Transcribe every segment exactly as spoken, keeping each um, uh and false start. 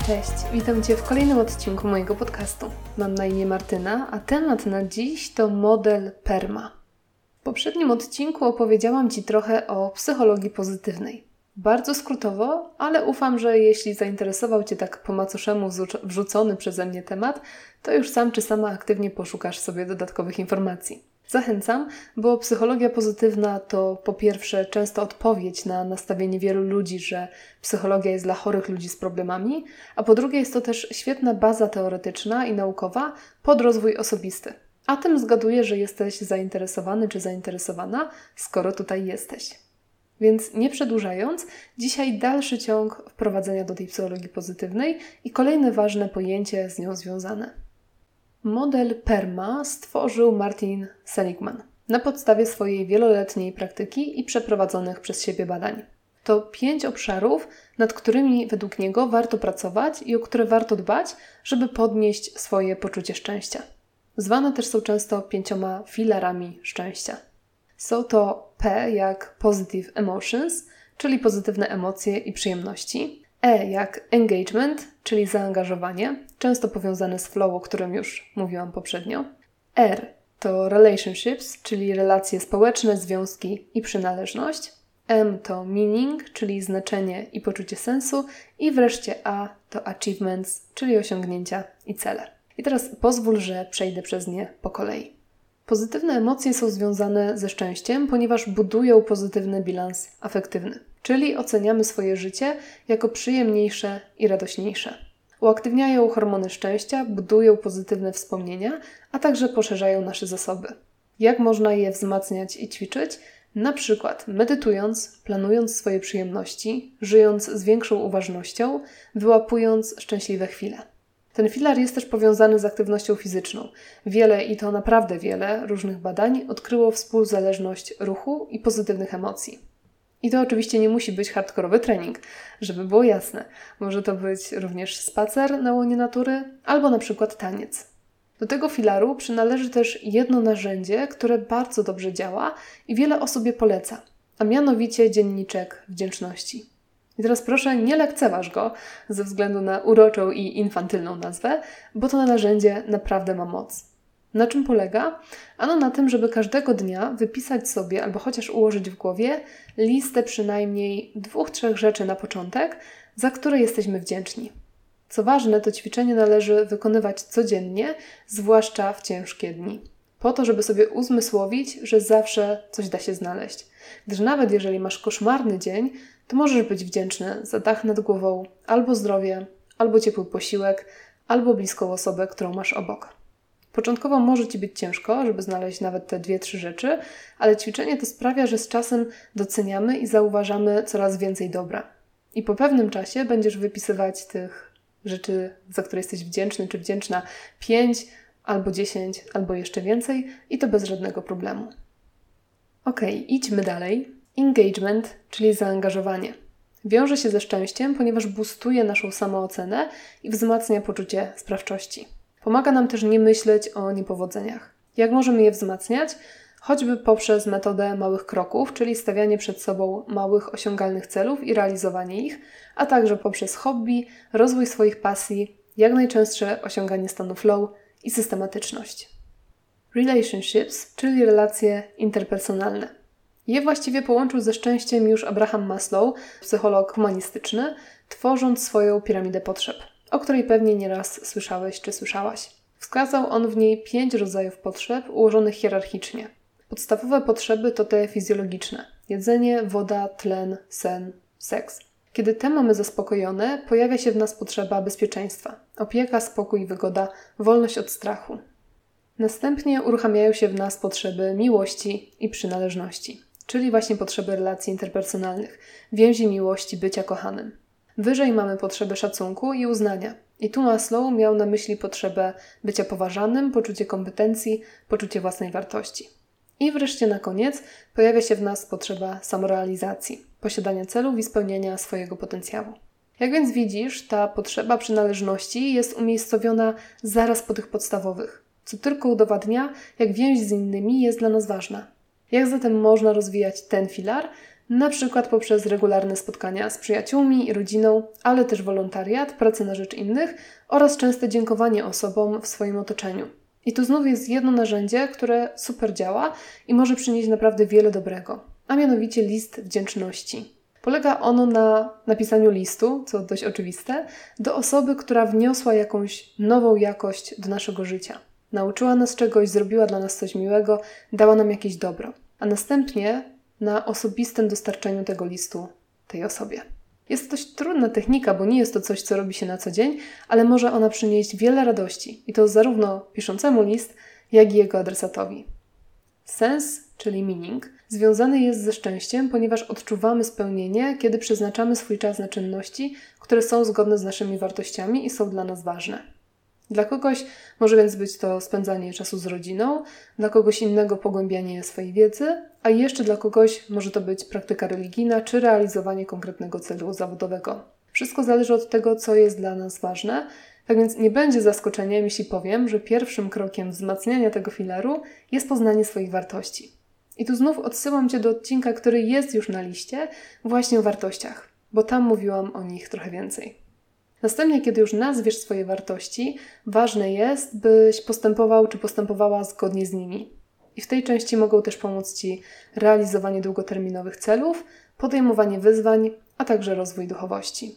Cześć, witam Cię w kolejnym odcinku mojego podcastu. Mam na imię Martyna, a temat na dziś to model PERMA. W poprzednim odcinku opowiedziałam Ci trochę o psychologii pozytywnej. Bardzo skrótowo, ale ufam, że jeśli zainteresował Cię tak po macoszemu wrzucony przeze mnie temat, to już sam czy sama aktywnie poszukasz sobie dodatkowych informacji. Zachęcam, bo psychologia pozytywna to po pierwsze często odpowiedź na nastawienie wielu ludzi, że psychologia jest dla chorych ludzi z problemami, a po drugie jest to też świetna baza teoretyczna i naukowa pod rozwój osobisty. A tym zgaduję, że jesteś zainteresowany czy zainteresowana, skoro tutaj jesteś. Więc nie przedłużając, dzisiaj dalszy ciąg wprowadzenia do tej psychologii pozytywnej i kolejne ważne pojęcie z nią związane. Model PERMA stworzył Martin Seligman na podstawie swojej wieloletniej praktyki i przeprowadzonych przez siebie badań. To pięć obszarów, nad którymi według niego warto pracować i o które warto dbać, żeby podnieść swoje poczucie szczęścia. Zwane też są często pięcioma filarami szczęścia. Są to P jak Positive Emotions, czyli pozytywne emocje i przyjemności. E jak engagement, czyli zaangażowanie, często powiązane z flow, o którym już mówiłam poprzednio. R to relationships, czyli relacje społeczne, związki i przynależność. M to meaning, czyli znaczenie i poczucie sensu. I wreszcie A to achievements, czyli osiągnięcia i cele. I teraz pozwól, że przejdę przez nie po kolei. Pozytywne emocje są związane ze szczęściem, ponieważ budują pozytywny bilans afektywny, czyli oceniamy swoje życie jako przyjemniejsze i radośniejsze. Uaktywniają hormony szczęścia, budują pozytywne wspomnienia, a także poszerzają nasze zasoby. Jak można je wzmacniać i ćwiczyć? Na przykład medytując, planując swoje przyjemności, żyjąc z większą uważnością, wyłapując szczęśliwe chwile. Ten filar jest też powiązany z aktywnością fizyczną. Wiele i to naprawdę wiele różnych badań odkryło współzależność ruchu i pozytywnych emocji. I to oczywiście nie musi być hardkorowy trening, żeby było jasne. Może to być również spacer na łonie natury albo na przykład taniec. Do tego filaru przynależy też jedno narzędzie, które bardzo dobrze działa i wiele osób je poleca, a mianowicie dzienniczek wdzięczności. I teraz proszę, nie lekceważ go ze względu na uroczą i infantylną nazwę, bo to narzędzie naprawdę ma moc. Na czym polega? Ano na tym, żeby każdego dnia wypisać sobie albo chociaż ułożyć w głowie listę przynajmniej dwóch, trzech rzeczy na początek, za które jesteśmy wdzięczni. Co ważne, to ćwiczenie należy wykonywać codziennie, zwłaszcza w ciężkie dni. Po to, żeby sobie uzmysłowić, że zawsze coś da się znaleźć. Gdyż nawet jeżeli masz koszmarny dzień, to możesz być wdzięczny za dach nad głową, albo zdrowie, albo ciepły posiłek, albo bliską osobę, którą masz obok. Początkowo może Ci być ciężko, żeby znaleźć nawet te dwie, trzy rzeczy, ale ćwiczenie to sprawia, że z czasem doceniamy i zauważamy coraz więcej dobra. I po pewnym czasie będziesz wypisywać tych rzeczy, za które jesteś wdzięczny czy wdzięczna pięć, albo dziesięć, albo jeszcze więcej i to bez żadnego problemu. Okej, idźmy dalej. Engagement, czyli zaangażowanie. Wiąże się ze szczęściem, ponieważ boostuje naszą samoocenę i wzmacnia poczucie sprawczości. Pomaga nam też nie myśleć o niepowodzeniach. Jak możemy je wzmacniać? Choćby poprzez metodę małych kroków, czyli stawianie przed sobą małych, osiągalnych celów i realizowanie ich, a także poprzez hobby, rozwój swoich pasji, jak najczęstsze osiąganie stanu flow i systematyczność. Relationships, czyli relacje interpersonalne. Je właściwie połączył ze szczęściem już Abraham Maslow, psycholog humanistyczny, tworząc swoją piramidę potrzeb, o której pewnie nieraz słyszałeś czy słyszałaś. Wskazał on w niej pięć rodzajów potrzeb ułożonych hierarchicznie. Podstawowe potrzeby to te fizjologiczne: jedzenie, woda, tlen, sen, seks. Kiedy te mamy zaspokojone, pojawia się w nas potrzeba bezpieczeństwa, opieka, spokój, wygoda, wolność od strachu. Następnie uruchamiają się w nas potrzeby miłości i przynależności, czyli właśnie potrzeby relacji interpersonalnych, więzi miłości, bycia kochanym. Wyżej mamy potrzeby szacunku i uznania. I tu Maslow miał na myśli potrzebę bycia poważanym, poczucie kompetencji, poczucie własnej wartości. I wreszcie na koniec pojawia się w nas potrzeba samorealizacji, posiadania celów i spełniania swojego potencjału. Jak więc widzisz, ta potrzeba przynależności jest umiejscowiona zaraz po tych podstawowych, co tylko udowadnia, jak więź z innymi jest dla nas ważna. Jak zatem można rozwijać ten filar? na przykład poprzez regularne spotkania z przyjaciółmi i rodziną, ale też wolontariat, pracę na rzecz innych oraz częste dziękowanie osobom w swoim otoczeniu. I tu znów jest jedno narzędzie, które super działa i może przynieść naprawdę wiele dobrego, a mianowicie list wdzięczności. Polega ono na napisaniu listu, co dość oczywiste, do osoby, która wniosła jakąś nową jakość do naszego życia. Nauczyła nas czegoś, zrobiła dla nas coś miłego, dała nam jakieś dobro. A następnie na osobistym dostarczeniu tego listu tej osobie. Jest to dość trudna technika, bo nie jest to coś, co robi się na co dzień, ale może ona przynieść wiele radości i to zarówno piszącemu list, jak i jego adresatowi. Sens, czyli meaning, związany jest ze szczęściem, ponieważ odczuwamy spełnienie, kiedy przeznaczamy swój czas na czynności, które są zgodne z naszymi wartościami i są dla nas ważne. Dla kogoś może więc być to spędzanie czasu z rodziną, dla kogoś innego pogłębianie swojej wiedzy, a jeszcze dla kogoś może to być praktyka religijna czy realizowanie konkretnego celu zawodowego. Wszystko zależy od tego, co jest dla nas ważne, tak więc nie będzie zaskoczeniem, jeśli powiem, że pierwszym krokiem wzmacniania tego filaru jest poznanie swoich wartości. I tu znów odsyłam Cię do odcinka, który jest już na liście, właśnie o wartościach, bo tam mówiłam o nich trochę więcej. Następnie, kiedy już nazwiesz swoje wartości, ważne jest, byś postępował czy postępowała zgodnie z nimi. I w tej części mogą też pomóc Ci realizowanie długoterminowych celów, podejmowanie wyzwań, a także rozwój duchowości.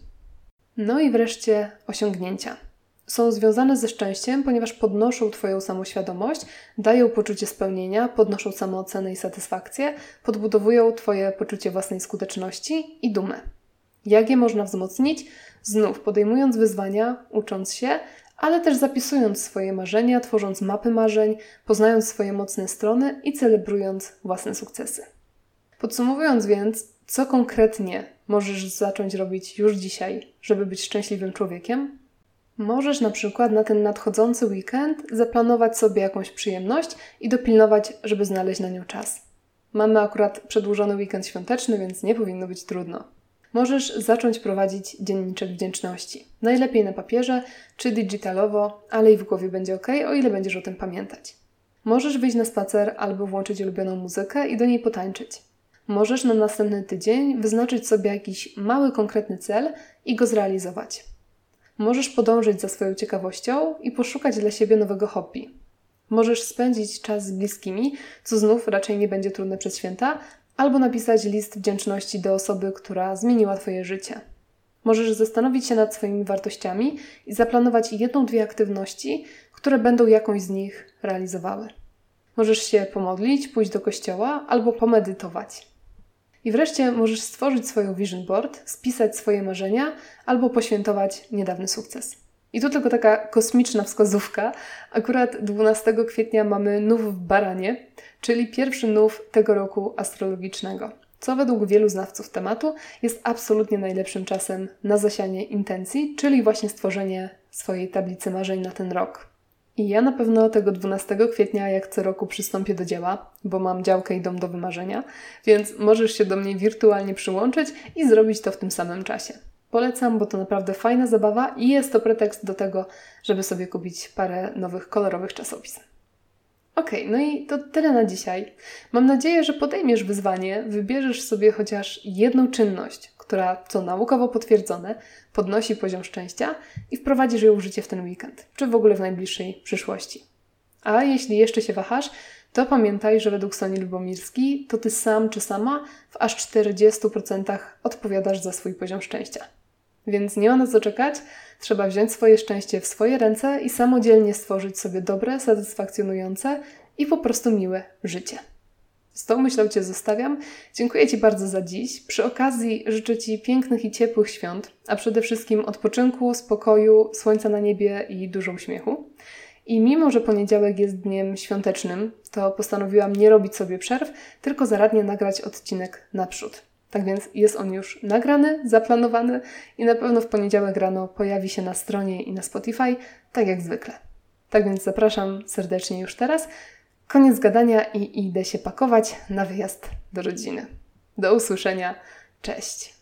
No i wreszcie osiągnięcia. Są związane ze szczęściem, ponieważ podnoszą Twoją samoświadomość, dają poczucie spełnienia, podnoszą samoocenę i satysfakcję, podbudowują Twoje poczucie własnej skuteczności i dumę. Jak je można wzmocnić? Znów podejmując wyzwania, ucząc się, ale też zapisując swoje marzenia, tworząc mapy marzeń, poznając swoje mocne strony i celebrując własne sukcesy. Podsumowując więc, co konkretnie możesz zacząć robić już dzisiaj, żeby być szczęśliwym człowiekiem? Możesz na przykład na ten nadchodzący weekend zaplanować sobie jakąś przyjemność i dopilnować, żeby znaleźć na nią czas. Mamy akurat przedłużony weekend świąteczny, więc nie powinno być trudno. Możesz zacząć prowadzić dzienniczek wdzięczności. Najlepiej na papierze czy digitalowo, ale i w głowie będzie ok, o ile będziesz o tym pamiętać. Możesz wyjść na spacer albo włączyć ulubioną muzykę i do niej potańczyć. Możesz na następny tydzień wyznaczyć sobie jakiś mały, konkretny cel i go zrealizować. Możesz podążyć za swoją ciekawością i poszukać dla siebie nowego hobby. Możesz spędzić czas z bliskimi, co znów raczej nie będzie trudne przez święta, albo napisać list wdzięczności do osoby, która zmieniła Twoje życie. Możesz zastanowić się nad swoimi wartościami i zaplanować jedną, dwie aktywności, które będą jakąś z nich realizowały. Możesz się pomodlić, pójść do kościoła albo pomedytować. I wreszcie możesz stworzyć swoją vision board, spisać swoje marzenia albo poświętować niedawny sukces. I tu tylko taka kosmiczna wskazówka. Akurat dwunastego kwietnia mamy nów w Baranie, czyli pierwszy nów tego roku astrologicznego, co według wielu znawców tematu jest absolutnie najlepszym czasem na zasianie intencji, czyli właśnie stworzenie swojej tablicy marzeń na ten rok. I ja na pewno tego dwunastego kwietnia jak co roku przystąpię do dzieła, bo mam działkę i dom do wymarzenia, więc możesz się do mnie wirtualnie przyłączyć i zrobić to w tym samym czasie. Polecam, bo to naprawdę fajna zabawa i jest to pretekst do tego, żeby sobie kupić parę nowych kolorowych czasopism. Okej, okay, no i to tyle na dzisiaj. Mam nadzieję, że podejmiesz wyzwanie, wybierzesz sobie chociaż jedną czynność, która, co naukowo potwierdzone, podnosi poziom szczęścia i wprowadzisz ją w życie w ten weekend, czy w ogóle w najbliższej przyszłości. A jeśli jeszcze się wahasz, to pamiętaj, że według Soni Lubomirskiej to Ty sam czy sama w aż czterdziestu procentach odpowiadasz za swój poziom szczęścia. Więc nie ma na co czekać, trzeba wziąć swoje szczęście w swoje ręce i samodzielnie stworzyć sobie dobre, satysfakcjonujące i po prostu miłe życie. Z tą myślą Cię zostawiam. Dziękuję Ci bardzo za dziś. Przy okazji życzę Ci pięknych i ciepłych świąt, a przede wszystkim odpoczynku, spokoju, słońca na niebie i dużo uśmiechu. I mimo, że poniedziałek jest dniem świątecznym, to postanowiłam nie robić sobie przerw, tylko zaradnie nagrać odcinek naprzód. Tak więc jest on już nagrany, zaplanowany i na pewno w poniedziałek rano pojawi się na stronie i na Spotify, tak jak zwykle. Tak więc zapraszam serdecznie już teraz. Koniec gadania i idę się pakować na wyjazd do rodziny. Do usłyszenia. Cześć!